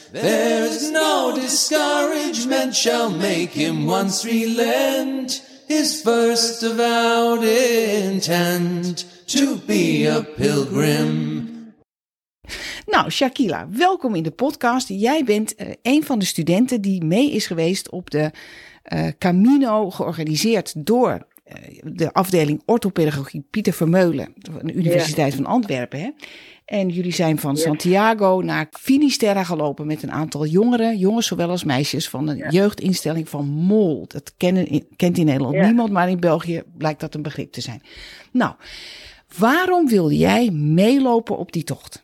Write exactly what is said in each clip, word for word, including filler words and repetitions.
There is no discouragement shall make him once relent his first avowed intent to be a pilgrim. Nou, Shakila, welkom in de podcast. Jij bent uh, een van de studenten die mee is geweest op de uh, Camino, georganiseerd door uh, de afdeling orthopedagogie Pieter Vermeulen van de Universiteit ja. van Antwerpen. Hè? En jullie zijn van ja. Santiago naar Finisterre gelopen met een aantal jongeren, jongens zowel als meisjes, van een ja. jeugdinstelling van Mol. Dat kennen, kent in Nederland ja. niemand, maar in België blijkt dat een begrip te zijn. Nou, waarom wilde jij meelopen op die tocht?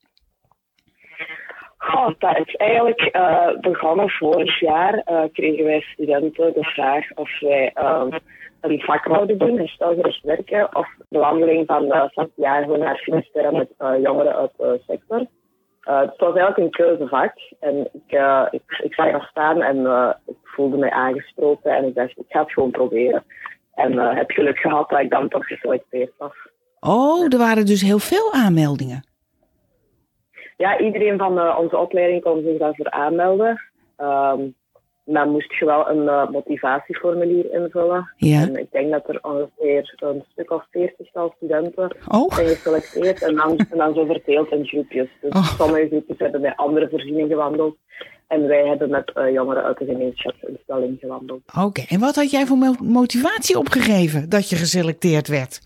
Oh, dat is eigenlijk uh, begonnen vorig jaar. Uh, kregen wij studenten de vraag of wij uh, een vak zouden doen, herstelgericht werken, of de wandeling van uh, Santiago naar Finisterre met uh, jongeren uit de sector. Uh, het was eigenlijk een keuzevak en ik, uh, ik, ik zag er staan en uh, ik voelde mij aangesproken en ik dacht, ik ga het gewoon proberen. En uh, heb geluk gehad dat ik dan toch geselecteerd was. Oh, er waren dus heel veel aanmeldingen. Ja, iedereen van uh, onze opleiding kon zich daarvoor aanmelden. Um, dan moest je wel een uh, motivatieformulier invullen. Ja. En ik denk dat er ongeveer een stuk of veertigtal studenten oh. zijn geselecteerd. En dan, en dan zo verdeeld in groepjes. Dus oh. sommige groepjes hebben met andere voorzieningen gewandeld. En wij hebben met uh, jongeren uit de gemeenschapsinstelling gewandeld. Oké, okay. En wat had jij voor motivatie opgegeven dat je geselecteerd werd?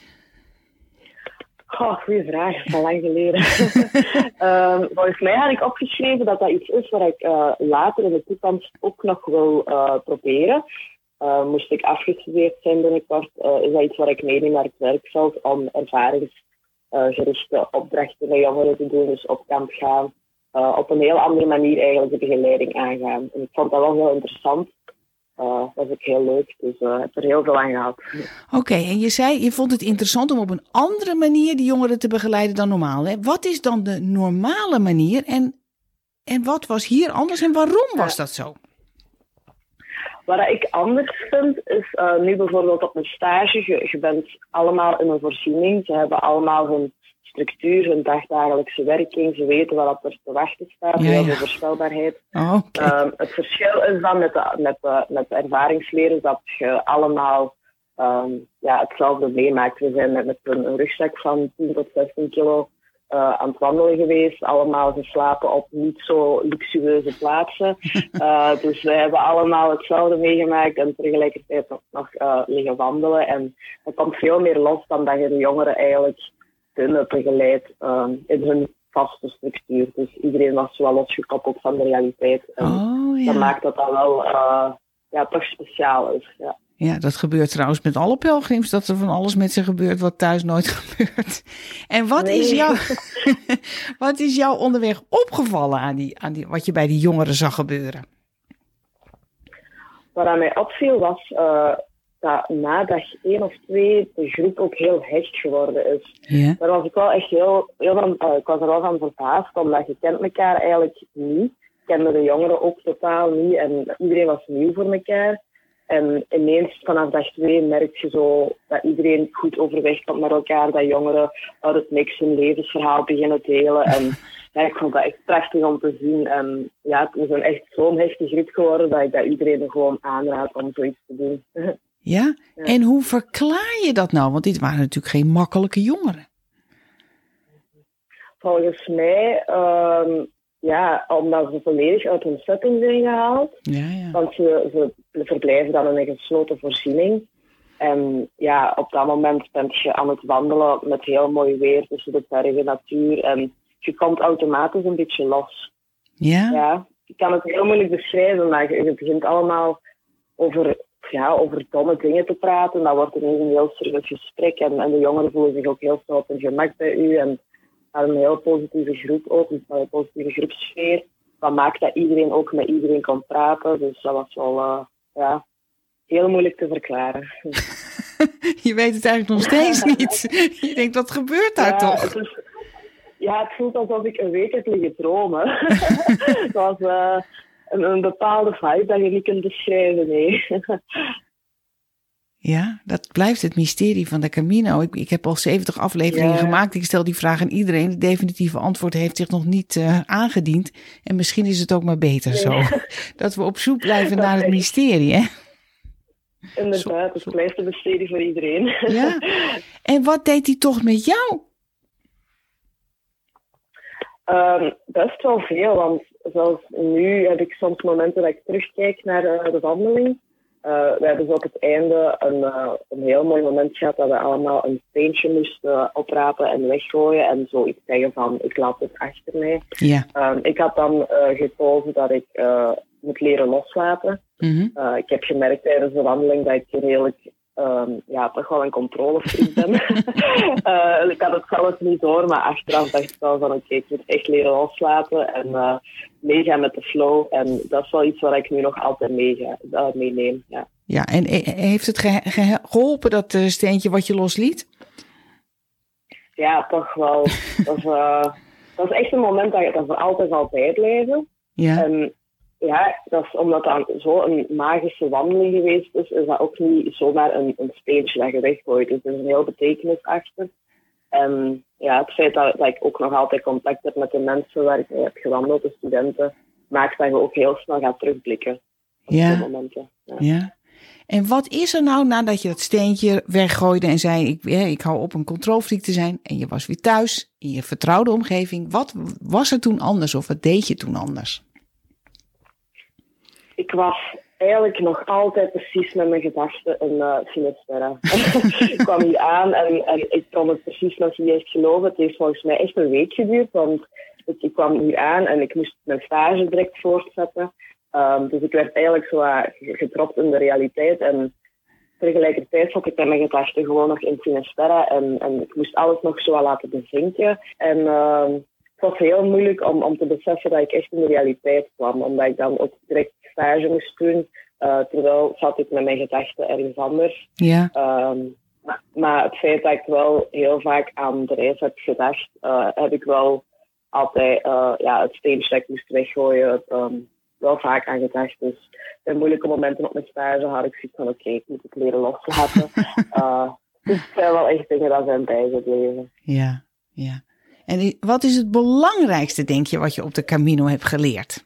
Oh, goeie vraag. Dat is al lang geleden. um, volgens mij had ik opgeschreven dat dat iets is waar ik uh, later in de toekomst ook nog wil uh, proberen. Uh, moest ik afgestudeerd zijn binnenkort, uh, is dat iets waar ik meeneem naar het werkveld om ervaringsgerichte uh, opdrachten met jongeren te doen, dus op kamp gaan. Uh, op een heel andere manier eigenlijk de begeleiding aangaan. En ik vond dat wel heel interessant. Uh, dat was ook heel leuk, dus ik uh, heb er heel veel aan gehad. Oké, okay, en je zei, je vond het interessant om op een andere manier die jongeren te begeleiden dan normaal. Hè? Wat is dan de normale manier en, en wat was hier anders en waarom was dat zo? Wat ik anders vind, is uh, nu bijvoorbeeld op een stage, je, je bent allemaal in een voorziening, ze hebben allemaal hun structuur, hun dagdagelijkse werking, ze weten wat er te wachten staat, ja, heel ja. veel voorspelbaarheid. Oh, okay. um, het verschil is dan met de, met de, met de ervaringsleer dat je allemaal um, ja, hetzelfde meemaakt. We zijn met, met een rugzak van tien tot zestien kilo uh, aan het wandelen geweest, allemaal geslapen op niet zo luxueuze plaatsen. Uh, dus we hebben allemaal hetzelfde meegemaakt en tegelijkertijd nog, nog uh, liggen wandelen. En het komt veel meer los dan dat je de jongeren eigenlijk kunnen begeleid um, in hun vaste structuur. Dus iedereen was wel losgekoppeld van de realiteit. En oh, ja. dat maakt dat dat wel uh, ja, toch speciaal is. Ja. ja, dat gebeurt trouwens met alle pelgrims, dat er van alles met ze gebeurt wat thuis nooit gebeurt. En wat, nee. is, jou, wat is jou onderweg opgevallen aan, die, aan die, wat je bij die jongeren zag gebeuren? Wat aan mij opviel was Uh, dat na dag één of twee de groep ook heel hecht geworden is. Yeah. Daar was ik wel echt heel, heel van, uh, ik was er wel van verbaasd, omdat je kent elkaar eigenlijk niet. Kenden de jongeren ook totaal niet en iedereen was nieuw voor elkaar. En ineens vanaf dag twee merk je zo dat iedereen goed overweg komt met elkaar, dat jongeren uit het niks hun levensverhaal beginnen delen. En ja, ik vond dat echt prachtig om te zien. En ja, het is een echt zo'n hechte groep geworden dat ik dat iedereen er gewoon aanraad om zoiets te doen. Ja? ja? En hoe verklaar je dat nou? Want dit waren natuurlijk geen makkelijke jongeren. Volgens mij, um, ja, omdat ze volledig uit hun setting zijn gehaald. Ja, ja. Want ze, ze verblijven dan in een gesloten voorziening. En ja, op dat moment ben je aan het wandelen met heel mooi weer tussen de bergen, natuur. En je komt automatisch een beetje los. Ja? Ja, ik kan het heel moeilijk beschrijven, maar je, je begint allemaal over... Ja, over domme dingen te praten. Dat wordt ineens een heel serieus gesprek. En, en de jongeren voelen zich ook heel snel op hun gemak bij u. En had een heel positieve groep ook, een heel positieve groepsfeer. Dat maakt dat iedereen ook met iedereen kon praten. Dus dat was wel uh, ja, heel moeilijk te verklaren. Je weet het eigenlijk nog steeds niet. Je denkt, wat gebeurt daar ja, toch? Het is, ja, het voelt alsof ik een week heb liggen dromen. Het was... Uh, Een, een bepaalde vibe dat je niet kunt beschrijven, nee. Ja, dat blijft het mysterie van de Camino. Ik, ik heb al zeventig afleveringen ja. gemaakt. Ik stel die vraag aan iedereen. Het definitieve antwoord heeft zich nog niet uh, aangediend. En misschien is het ook maar beter nee. zo. Dat we op zoek blijven naar het mysterie, hè? Inderdaad, het blijft een mysterie voor iedereen. Ja. En wat deed die toch met jou? Um, best wel veel, want zelfs nu heb ik soms momenten dat ik terugkijk naar uh, de wandeling. Uh, we hebben zo op het einde een, uh, een heel mooi moment gehad dat we allemaal een steentje moesten oprapen en weggooien en zoiets zeggen van ik laat het achter mij. Ja. Um, ik had dan uh, gekozen dat ik uh, moet leren loslaten. Mm-hmm. Uh, ik heb gemerkt tijdens de wandeling dat ik redelijk um, ja, toch wel een controlefreak ben. uh, ik had het zelf niet door, maar achteraf dacht ik wel van oké, okay, ik moet echt leren loslaten en uh, meegaan met de flow. En dat is wel iets waar ik nu nog altijd mee uh, meeneem. Ja. Ja, en heeft het ge- ge- geholpen dat uh, steentje wat je losliet? Ja, toch wel. dat, is, uh, dat is echt een moment dat, dat voor altijd zal bijblijven. Ja. En ja, dat is omdat dat zo'n magische wandeling geweest is, is dat ook niet zomaar een, een steentje dat je weggooit. Dus er is een heel betekenis achter. En ja, het feit dat, dat ik ook nog altijd contact heb met de mensen waar ik mee heb gewandeld, de studenten, maakt dat je ook heel snel gaat terugblikken op ja. die momenten. Ja. ja. En wat is er nou nadat je dat steentje weggooide en zei, ik, ja, ik hou op een controlfreak te zijn en je was weer thuis in je vertrouwde omgeving. Wat was er toen anders of wat deed je toen anders? Ik was eigenlijk nog altijd precies met mijn gedachten in uh, Finisterre. Ik kwam hier aan en, en ik kon het precies nog niet echt geloven. Het heeft volgens mij echt een week geduurd, want ik, ik kwam hier aan en ik moest mijn stage direct voortzetten. Um, dus ik werd eigenlijk zo uh, gedropt in de realiteit en tegelijkertijd zat ik met mijn gedachten gewoon nog in Finisterre en, en ik moest alles nog zo laten bezinken. En uh, het was heel moeilijk om, om te beseffen dat ik echt in de realiteit kwam, omdat ik dan ook direct stage moest doen, uh, terwijl zat ik met mijn gedachten ergens anders. Ja. Um, maar, maar het feit dat ik wel heel vaak aan de reis heb gedacht, uh, heb ik wel altijd uh, ja, het steentje dat ik moest weggooien, um, wel vaak aan gedacht. Dus in moeilijke momenten op mijn stage had ik zoiets van oké, okay, ik moet het leren loslaten. uh, dus het zijn wel echt dingen dat zijn bijgebleven. Ja, ja. En wat is het belangrijkste, denk je, wat je op de Camino hebt geleerd?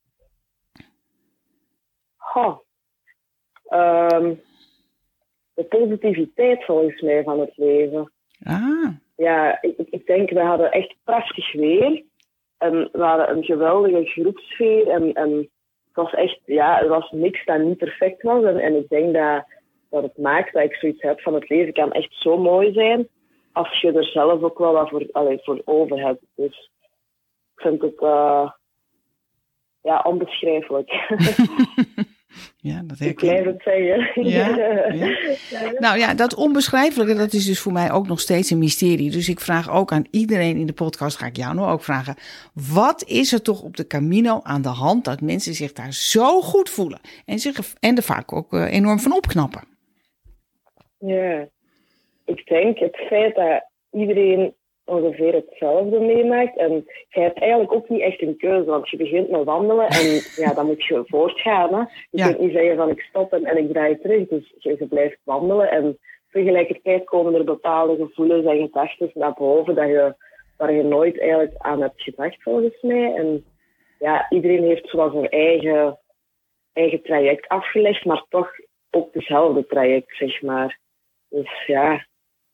Oh. Um, de positiviteit volgens mij van het leven. Ah. Ja, ik, ik denk, we hadden echt prachtig weer. En we hadden een geweldige groepsfeer. En, en het was echt, ja, er was niks dat niet perfect was. En, en ik denk dat, dat het maakt dat ik zoiets heb van het leven kan echt zo mooi zijn. Als je er zelf ook wel wat voor, allee, voor over hebt. Dus ik vind het uh, ja, onbeschrijfelijk. Ja, dat ik blijf het zeggen. Ja, ja. Nou ja, dat onbeschrijfelijke, dat is dus voor mij ook nog steeds een mysterie. Dus ik vraag ook aan iedereen in de podcast, ga ik jou nou ook vragen. Wat is er toch op de Camino aan de hand dat mensen zich daar zo goed voelen? En, zich, en er vaak ook uh, enorm van opknappen. Ja, ik denk het feit dat iedereen ongeveer hetzelfde meemaakt. En je hebt eigenlijk ook niet echt een keuze, want je begint met wandelen en ja, dan moet je voortgaan. Hè. Je ja. kunt niet zeggen van ik stop en, en ik draai terug. Dus je, je blijft wandelen en tegelijkertijd komen er bepaalde gevoelens en gedachten naar boven dat je, waar je nooit eigenlijk aan hebt gedacht, volgens mij. En ja, iedereen heeft zoals zijn eigen, eigen traject afgelegd, maar toch ook dezelfde traject, zeg maar. Dus ja...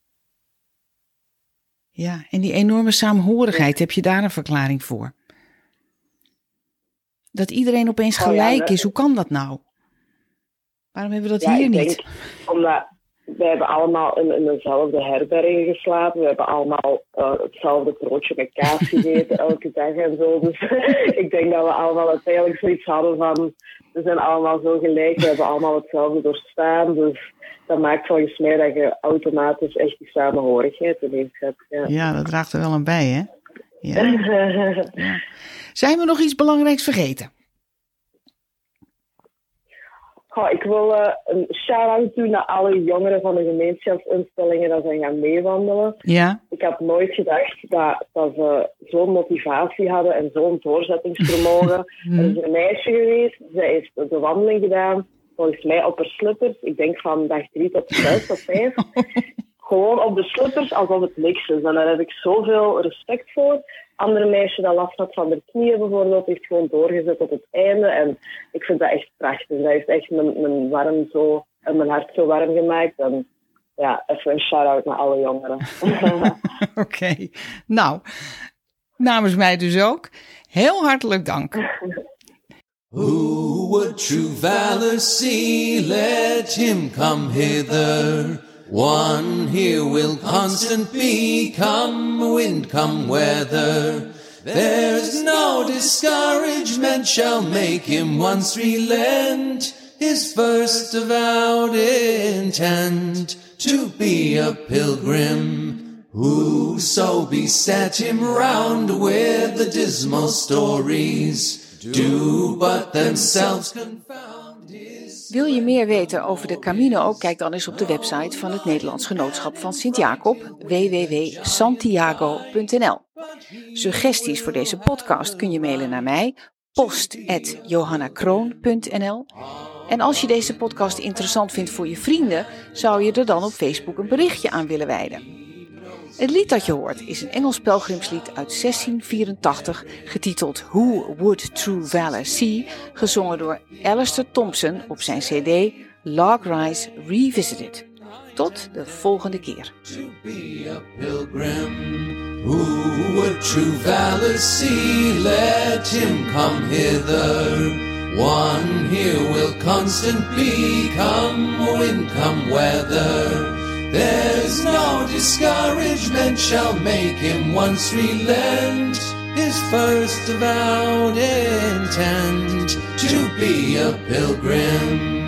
Ja, en die enorme saamhorigheid, heb je daar een verklaring voor? Dat iedereen opeens gelijk oh ja, is, hoe kan dat nou? Waarom hebben we dat ja, hier ik niet? Denk, omdat wij hebben allemaal in, in dezelfde herbergen geslapen. We hebben allemaal uh, hetzelfde broodje met kaas gegeten elke dag en zo. Dus ik denk dat we allemaal uiteindelijk zoiets hadden van... We zijn allemaal zo gelijk, we hebben allemaal hetzelfde doorstaan. Dus dat maakt volgens mij dat je automatisch echt die samenhorigheid ineens hebt. Ja. Ja, dat draagt er wel aan bij, hè? Ja. Ja. Zijn we nog iets belangrijks vergeten? Goh, ik wil uh, een shout-out doen naar alle jongeren van de gemeenschapsinstellingen dat zijn gaan meewandelen. Ja. Ik had nooit gedacht dat, dat ze zo'n motivatie hadden en zo'n doorzettingsvermogen. Mm. Er is een meisje geweest, zij heeft de wandeling gedaan, volgens mij op haar slippers, ik denk van dag drie tot zes of vijf, gewoon op de slippers alsof het niks is. En daar heb ik zoveel respect voor. Andere meisje dat last had van de knieën bijvoorbeeld, heeft gewoon doorgezet tot het einde. En ik vind dat echt prachtig. Dat heeft echt mijn, mijn, warm zo, mijn hart zo warm gemaakt. En ja, even een shout-out naar alle jongeren. Oké, okay. Nou, namens mij dus ook. Heel hartelijk dank. Who would true valor see? Let him come hither. One here will constant be, come wind, come weather. There's no discouragement shall make him once relent his first avowed intent to be a pilgrim. Whoso beset him round with the dismal stories do but themselves confound his... Wil je meer weten over de Camino? Kijk dan eens op de website van het Nederlands Genootschap van Sint-Jacob, w w w punt santiago punt n l. Suggesties voor deze podcast kun je mailen naar mij, post at johannakroon punt n l. En als je deze podcast interessant vindt voor je vrienden, zou je er dan op Facebook een berichtje aan willen wijden. Het lied dat je hoort is een Engels pelgrimslied uit zestien vierentachtig, getiteld Who Would True Valor See, gezongen door Alistair Thompson op zijn cd Log Rise Revisited. Tot de volgende keer. To be a pilgrim, who would true valor see? Let him come hither. One here will constant be, come wind, come weather. There's no discouragement shall make him once relent his first avowed intent to be a pilgrim.